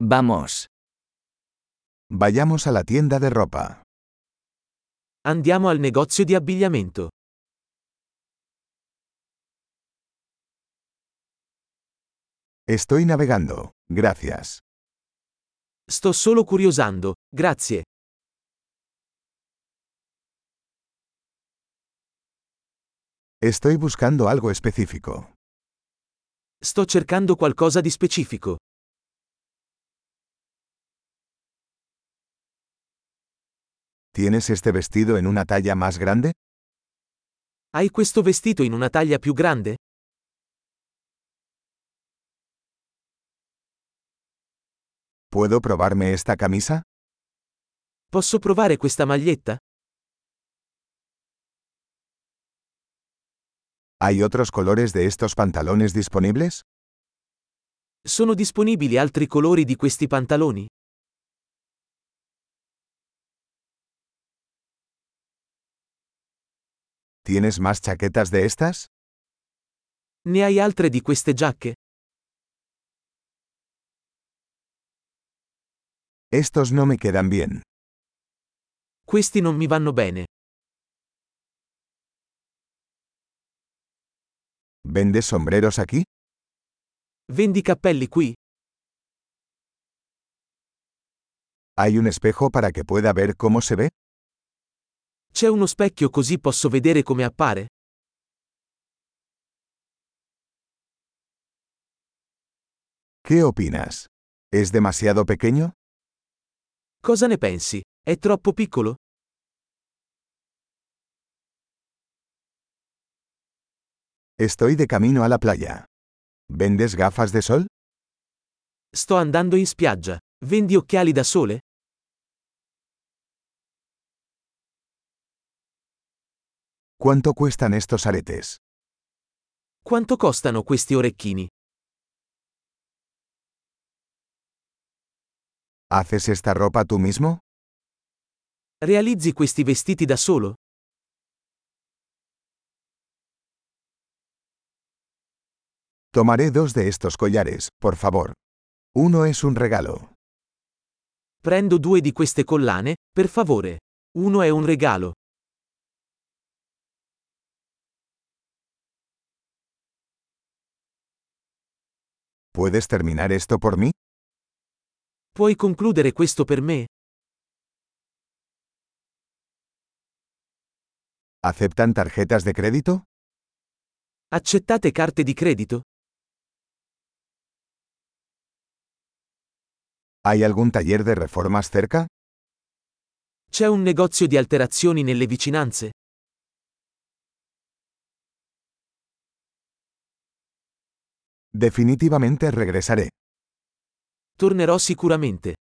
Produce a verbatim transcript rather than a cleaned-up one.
Vamos. Vayamos a la tienda de ropa. Andiamo al negozio di abbigliamento. Estoy navegando, gracias. Sto solo curiosando, grazie. Estoy buscando algo específico. Sto cercando qualcosa di specifico. ¿Tienes este vestido en una talla más grande? Hai questo vestito in una taglia più grande? ¿Puedo probarme esta camisa? Posso provare questa maglietta? ¿Hay otros colores de estos pantalones disponibles? Sono disponibili altri colori di questi pantaloni? ¿Tienes más chaquetas de estas? Ne hai altre di queste giacche? Estos no me quedan bien. Questi non mi vanno bene. ¿Vendes sombreros aquí? Vendi cappelli qui? ¿Hay un espejo para que pueda ver cómo se ve? C'è uno specchio così posso vedere come appare? ¿Qué opinas? ¿Es demasiado pequeño? Cosa ne pensi? È troppo piccolo? Estoy de camino a la playa. ¿Vendes gafas de sol? Sto andando in spiaggia. Vendi occhiali da sole? ¿Cuánto cuestan estos aretes? Quanto costano questi orecchini? ¿Haces esta ropa tú mismo? Realizzi questi vestiti da solo? Tomaré dos de estos collares, por favor. Uno es un regalo. Prendo due di queste collane, per favore. Uno è un regalo. ¿Puedes terminar esto por mí? Puoi concludere questo per me? ¿Aceptan tarjetas de crédito? Accettate carte di credito? ¿Hay algún taller de reformas cerca? C'è un negozio di alterazioni nelle vicinanze? Definitivamente regresaré. Tornerò sicuramente.